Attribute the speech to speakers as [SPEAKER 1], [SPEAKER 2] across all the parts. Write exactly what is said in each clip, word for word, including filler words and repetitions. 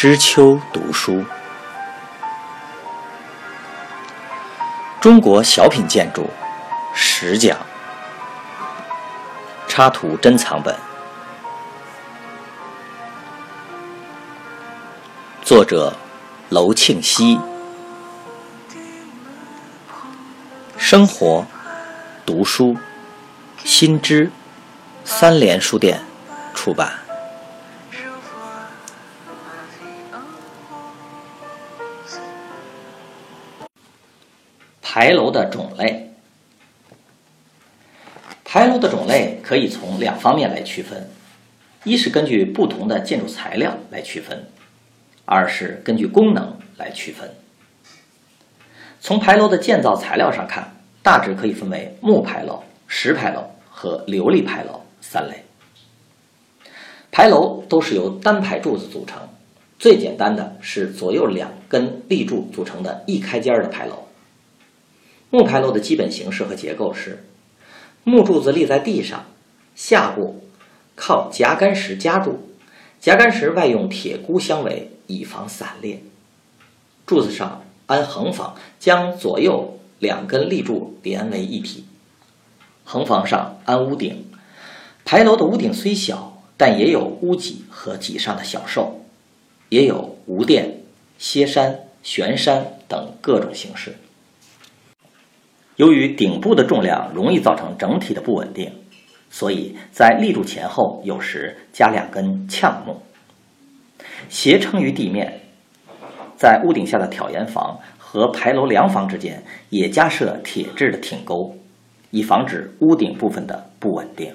[SPEAKER 1] 知秋读书。中国小品建筑十讲，插图珍藏本，作者娄庆熙。生活、读书、新知三联书店出版。牌楼的种类，牌楼的种类可以从两方面来区分：一是根据不同的建筑材料来区分，二是根据功能来区分。从牌楼的建造材料上看，大致可以分为木牌楼、石牌楼和琉璃牌楼三类。牌楼都是由单排柱子组成，最简单的是左右两根立柱组成的一开间的牌楼。木牌楼的基本形式和结构是：木柱子立在地上，下部靠夹杆石夹住，夹杆石外用铁箍相围，以防散裂。柱子上安横房，将左右两根立柱连为一体。横房上安屋顶。牌楼的屋顶虽小，但也有屋脊和脊上的小兽，也有无殿、歇山、悬山等各种形式。由于顶部的重量容易造成整体的不稳定，所以在立柱前后有时加两根呛木，斜撑于地面。在屋顶下的挑檐房和牌楼梁房之间也加设铁质的挺钩，以防止屋顶部分的不稳定。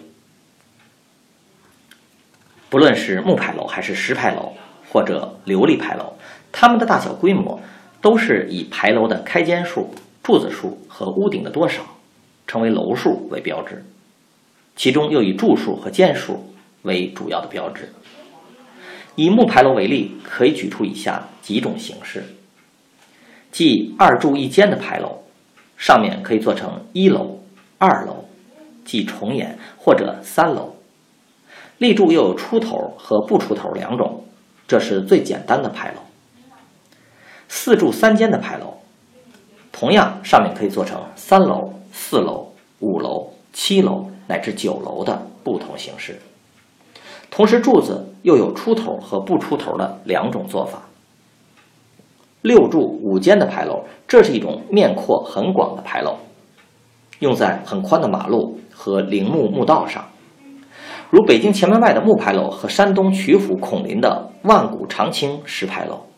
[SPEAKER 1] 不论是木牌楼还是石牌楼或者琉璃牌楼，它们的大小规模都是以牌楼的开间数、柱子数和屋顶的多少称为楼数为标志，其中又以柱数和间数为主要的标志。以木牌楼为例，可以举出以下几种形式：即二柱一间的牌楼，上面可以做成一楼、二楼，即重檐或者三楼。立柱又有出头和不出头两种，这是最简单的牌楼。四柱三间的牌楼，同样上面可以做成三楼、四楼、五楼、七楼乃至九楼的不同形式。同时柱子又有出头和不出头的两种做法。六柱五间的牌楼，这是一种面阔很广的牌楼，用在很宽的马路和陵墓墓道上，如北京前门外的木牌楼和山东曲阜孔林的万古长青石牌楼。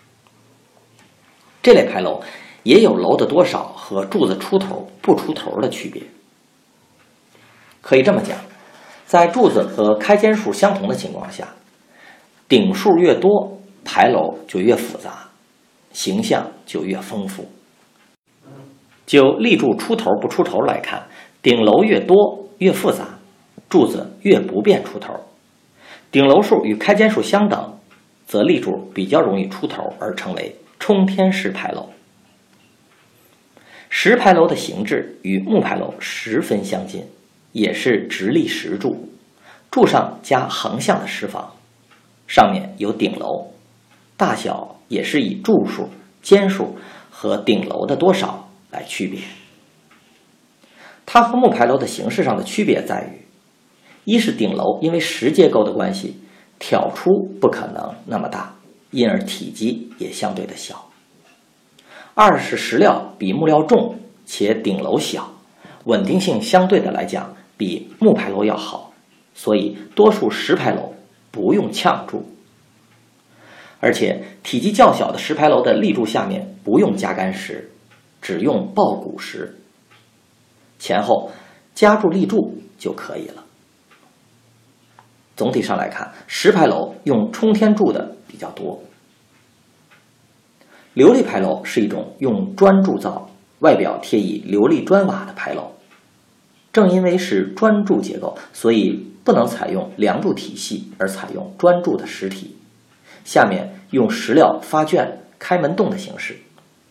[SPEAKER 1] 这类牌楼也有楼的多少和柱子出头不出头的区别。可以这么讲，在柱子和开间数相同的情况下，顶数越多，牌楼就越复杂，形象就越丰富。就立柱出头不出头来看，顶楼越多越复杂，柱子越不便出头。顶楼数与开间数相等，则立柱比较容易出头，而称为冲天式牌楼。石牌楼的形制与木牌楼十分相近，也是直立石柱，柱上加横向的石房，上面有顶楼，大小也是以柱数、间数和顶楼的多少来区别。它和木牌楼的形式上的区别在于，一是顶楼因为石结构的关系，挑出不可能那么大，因而体积也相对的小；二是石料比木料重，且顶楼小，稳定性相对的来讲比木牌楼要好，所以多数石牌楼不用呛柱。而且体积较小的石牌楼的立柱下面不用夹杆石，只用抱骨石，前后夹住立柱就可以了。总体上来看，石牌楼用冲天柱的比较多。琉璃牌楼是一种用砖铸造，外表贴以琉璃砖瓦的牌楼。正因为是砖柱结构，所以不能采用梁柱体系，而采用砖柱的实体，下面用石料发卷、开门洞的形式。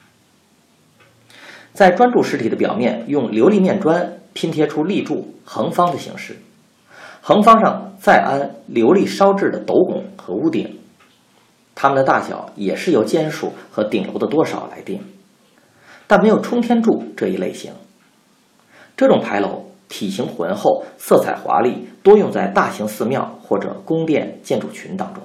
[SPEAKER 1] 在砖柱实体的表面用琉璃面砖拼贴出立柱横方的形式，横方上再安琉璃烧制的斗拱和屋顶， 它们的大小也是由间数和顶楼的多少来定，但没有冲天柱这一类型。这种牌楼体型浑厚，色彩华丽，多用在大型寺庙或者宫殿建筑群当中。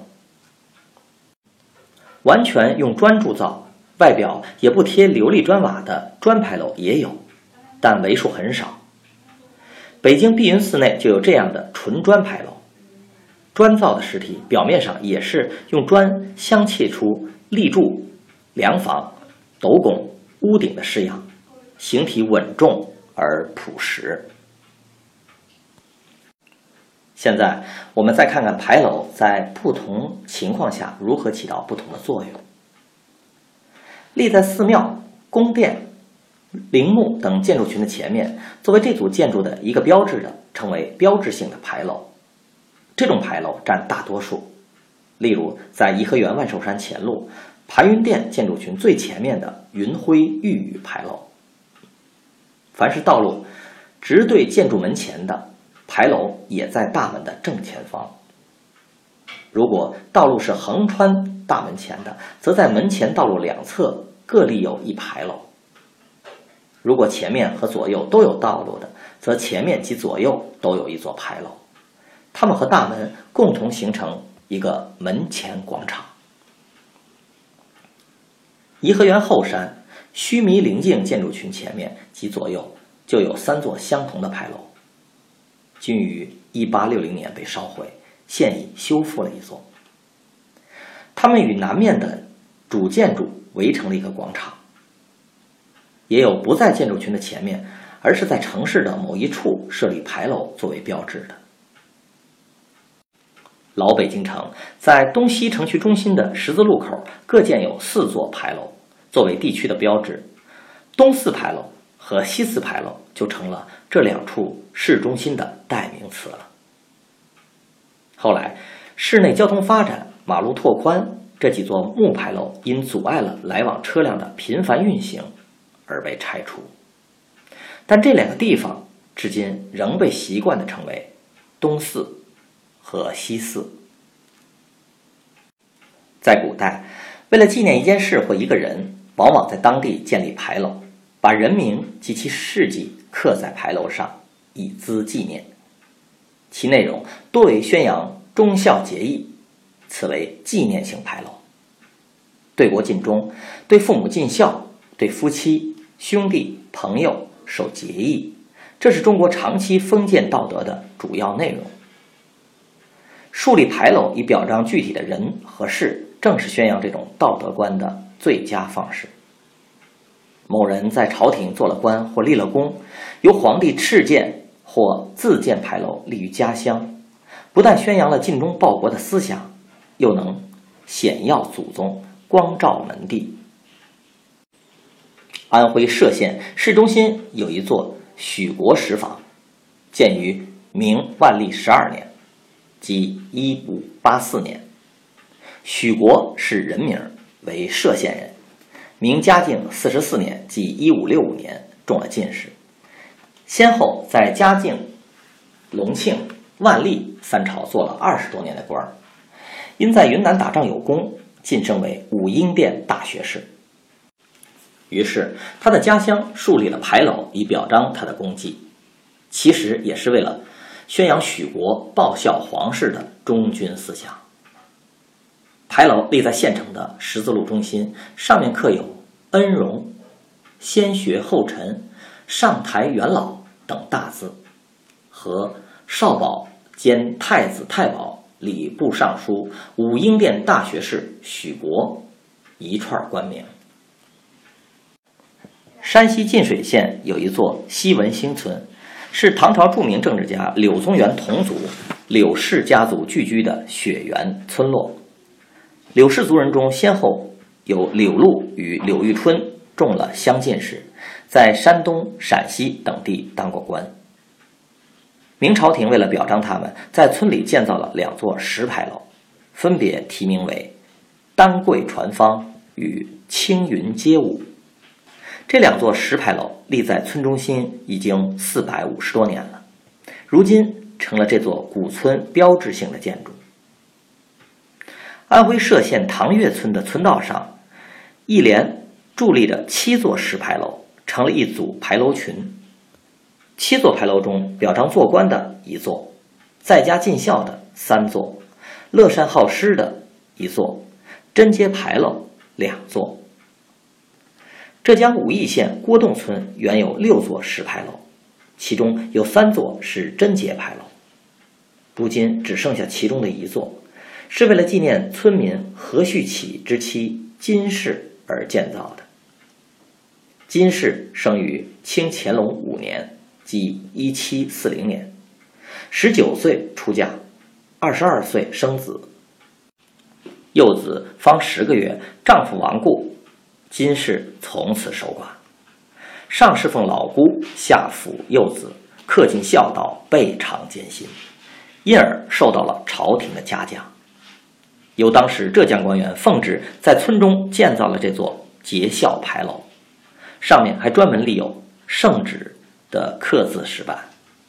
[SPEAKER 1] 完全用砖铸造，外表也不贴琉璃砖瓦的砖牌楼也有，但为数很少。北京碧云寺内就有这样的纯砖牌楼，砖造的实体表面上也是用砖镶嵌出立柱、梁房、斗拱、屋顶的式样，形体稳重而朴实。现在我们再看看牌楼在不同情况下如何起到不同的作用。立在寺庙、宫殿、陵墓等建筑群的前面，作为这组建筑的一个标志的，称为标志性的牌楼。这种牌楼占大多数，例如在颐和园万寿山前路盘云殿建筑群最前面的云辉玉宇牌楼。凡是道路直对建筑门前的，牌楼也在大门的正前方。如果道路是横穿大门前的，则在门前道路两侧各立有一牌楼。如果前面和左右都有道路的，则前面及左右都有一座牌楼，它们和大门共同形成一个门前广场。颐和园后山须弥陵境建筑群前面及左右就有三座相同的牌楼，均于一八六零年被烧毁，现已修复了一座。它们与南面的主建筑围成了一个广场。也有不在建筑群的前面，而是在城市的某一处设立牌楼作为标志的。老北京城在东西城区中心的十字路口各建有四座牌楼，作为地区的标志。东四牌楼和西四牌楼就成了这两处市中心的代名词了。后来市内交通发展，马路拓宽，这几座木牌楼因阻碍了来往车辆的频繁运行而被拆除，但这两个地方至今仍被习惯地称为东四和西四。在古代，为了纪念一件事或一个人，往往在当地建立牌楼，把人名及其事迹刻在牌楼上，以资纪念。其内容多为宣扬忠孝节义，此为纪念性牌楼。对国尽忠，对父母尽孝，对夫妻、兄弟、朋友守节义，这是中国长期封建道德的主要内容。树立牌楼以表彰具体的人和事，正是宣扬这种道德观的最佳方式。某人在朝廷做了官或立了功，由皇帝敕建或自建牌楼立于家乡，不但宣扬了尽忠报国的思想，又能显耀祖宗，光照门第。安徽歙县市中心有一座许国石坊，建于明万历十二年，即一五八四年。许国是人名，为歙县人，明嘉靖四十四年，即一五六五年中了进士，先后在嘉靖、隆庆、万历三朝做了二十多年的官，因在云南打仗有功，晋升为武英殿大学士。于是他的家乡树立了牌楼以表彰他的功绩，其实也是为了宣扬许国报效皇室的忠君思想。牌楼立在县城的十字路中心，上面刻有恩荣、先学后陈、上台元老等大字，和少保兼太子太保、礼部尚书、武英殿大学士许国一串官名。山西晋水县有一座西文兴村，是唐朝著名政治家柳宗元同族柳氏家族聚居的血缘村落。柳氏族人中，先后有柳禄与柳玉春中了乡进士，在山东、陕西等地当过官。明朝廷为了表彰他们，在村里建造了两座石牌楼，分别题名为丹桂传芳与青云街舞。这两座石牌楼立在村中心已经四百五十多年了，如今成了这座古村标志性的建筑。 安徽歙县唐岳村的村道上，一连伫立着七座石牌楼，成了一组牌楼群。七座牌楼中，表彰做官的一座，在家尽孝的三座，乐善好施的一座，贞节牌楼两座。浙江武义县郭洞村原有六座石牌楼，其中有三座是贞节牌楼，如今只剩下其中的一座，是为了纪念村民何旭启之妻金氏而建造的。金氏生于清乾隆五年，即一七四零年，十九岁出嫁，二十二岁生子。幼子方十个月，丈夫亡故，金氏从此守寡，上侍奉老姑，下抚幼子，恪尽孝道，倍尝艰辛，因而受到了朝廷的嘉奖。由当时浙江官员奉旨在村中建造了这座节孝牌楼，上面还专门立有圣旨的刻字石板。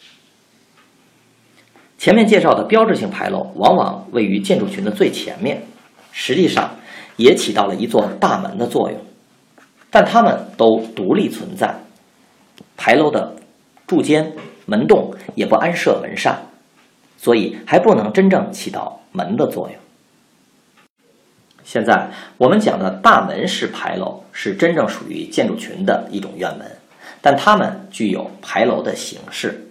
[SPEAKER 1] 前面介绍的标志性牌楼往往位于建筑群的最前面，实际上也起到了一座大门的作用，但它们都独立存在。牌楼的柱间、门洞也不安设门扇，所以还不能真正起到门的作用。现在我们讲的大门式牌楼是真正属于建筑群的一种院门，但它们具有牌楼的形式。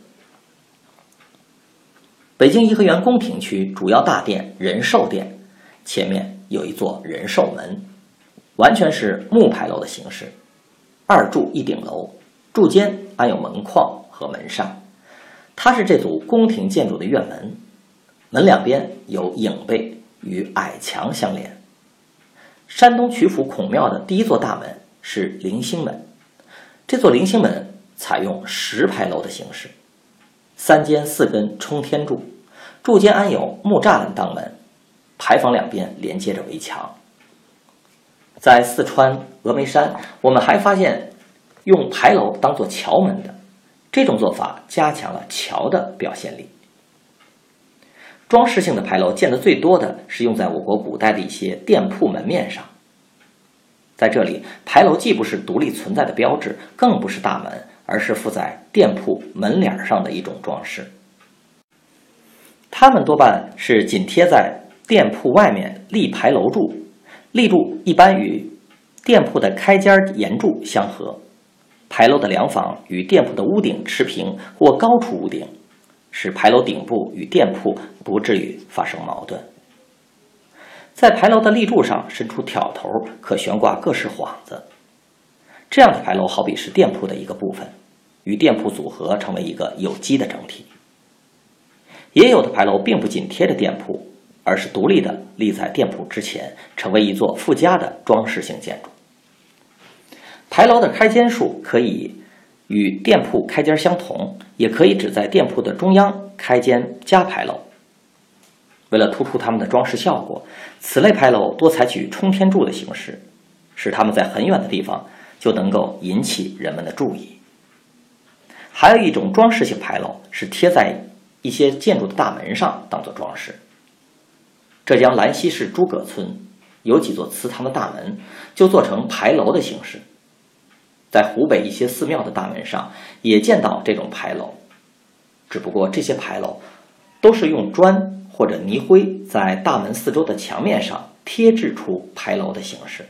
[SPEAKER 1] 北京颐和园宫廷区主要大殿仁寿殿前面有一座仁寿门，完全是木牌楼的形式，二柱一顶楼，柱间安有门框和门扇，它是这组宫廷建筑的院门，门两边有影背与矮墙相连。山东曲阜孔庙的第一座大门是棂星门，这座棂星门采用石牌楼的形式，三间四根冲天柱，柱间安有木栅栏当门，牌坊两边连接着围墙。在四川峨眉山，我们还发现用牌楼当作桥门的，这种做法加强了桥的表现力。装饰性的牌楼见得最多的是用在我国古代的一些店铺门面上。在这里，牌楼既不是独立存在的标志，更不是大门，而是附在店铺门脸上的一种装饰。它们多半是紧贴在店铺外面立牌楼柱，立柱一般与店铺的开间檐柱相合，牌楼的梁房与店铺的屋顶持平或高出屋顶，使牌楼顶部与店铺不至于发生矛盾。在牌楼的立柱上伸出挑头，可悬挂各式幌子，这样的牌楼好比是店铺的一个部分，与店铺组合成为一个有机的整体。也有的牌楼并不紧贴着店铺，而是独立的立在店铺之前，成为一座附加的装饰性建筑。牌楼的开间数可以与店铺开间相同，也可以只在店铺的中央开间加牌楼。为了突出它们的装饰效果，此类牌楼多采取冲天柱的形式，使它们在很远的地方就能够引起人们的注意。还有一种装饰性牌楼是贴在一些建筑的大门上当做装饰。浙江兰溪市诸葛村有几座祠堂的大门就做成牌楼的形式，在湖北一些寺庙的大门上也见到这种牌楼，只不过这些牌楼都是用砖或者泥灰在大门四周的墙面上贴制出牌楼的形式，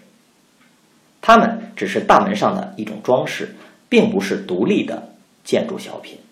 [SPEAKER 1] 它们只是大门上的一种装饰，并不是独立的建筑小品。